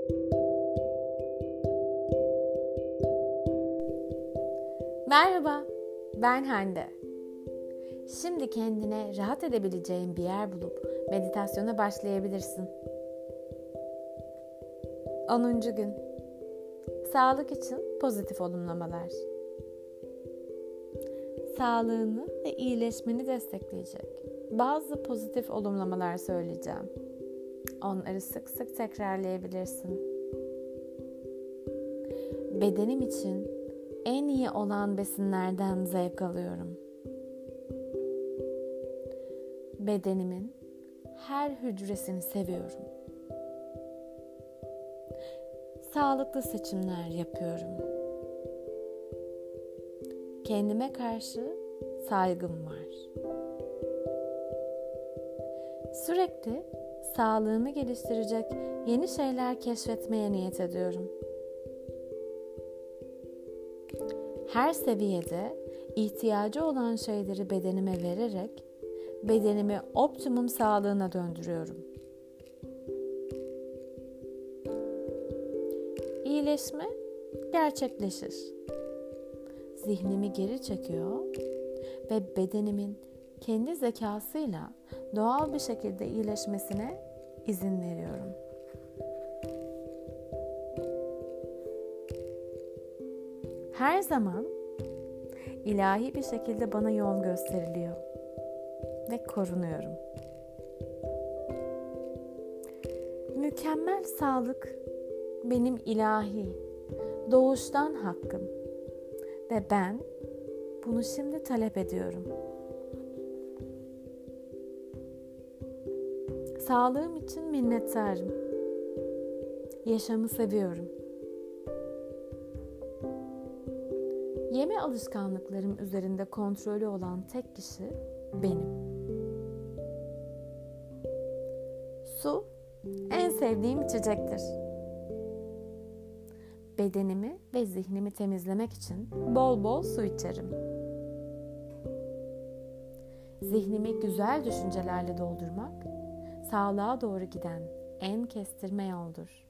Merhaba, ben Hande. Şimdi kendine rahat edebileceğin bir yer bulup meditasyona başlayabilirsin. 10. gün. Sağlık için pozitif olumlamalar. Sağlığını ve iyileşmeni destekleyecek bazı pozitif olumlamalar söyleyeceğim. Onları sık sık tekrarlayabilirsin. Bedenim için en iyi olan besinlerden zevk alıyorum. Bedenimin her hücresini seviyorum. Sağlıklı seçimler yapıyorum. Kendime karşı saygım var. Sürekli sağlığımı geliştirecek yeni şeyler keşfetmeye niyet ediyorum. Her seviyede ihtiyacı olan şeyleri bedenime vererek bedenimi optimum sağlığına döndürüyorum. İyileşme gerçekleşir. Zihnimi geri çekiyor ve bedenimin kendi zekasıyla doğal bir şekilde iyileşmesine izin veriyorum. Her zaman ilahi bir şekilde bana yol gösteriliyor ve korunuyorum. Mükemmel sağlık benim ilahi, doğuştan hakkım ve ben bunu şimdi talep ediyorum. Sağlığım için minnettarım. Yaşamı seviyorum. Yeme alışkanlıklarım üzerinde kontrolü olan tek kişi benim. Su en sevdiğim içecektir. Bedenimi ve zihnimi temizlemek için bol bol su içerim. Zihnimi güzel düşüncelerle doldurmak, sağlığa doğru giden en kestirme yoldur.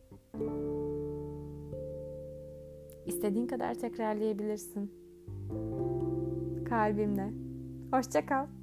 İstediğin kadar tekrarlayabilirsin. Kalbimle. Hoşça kal.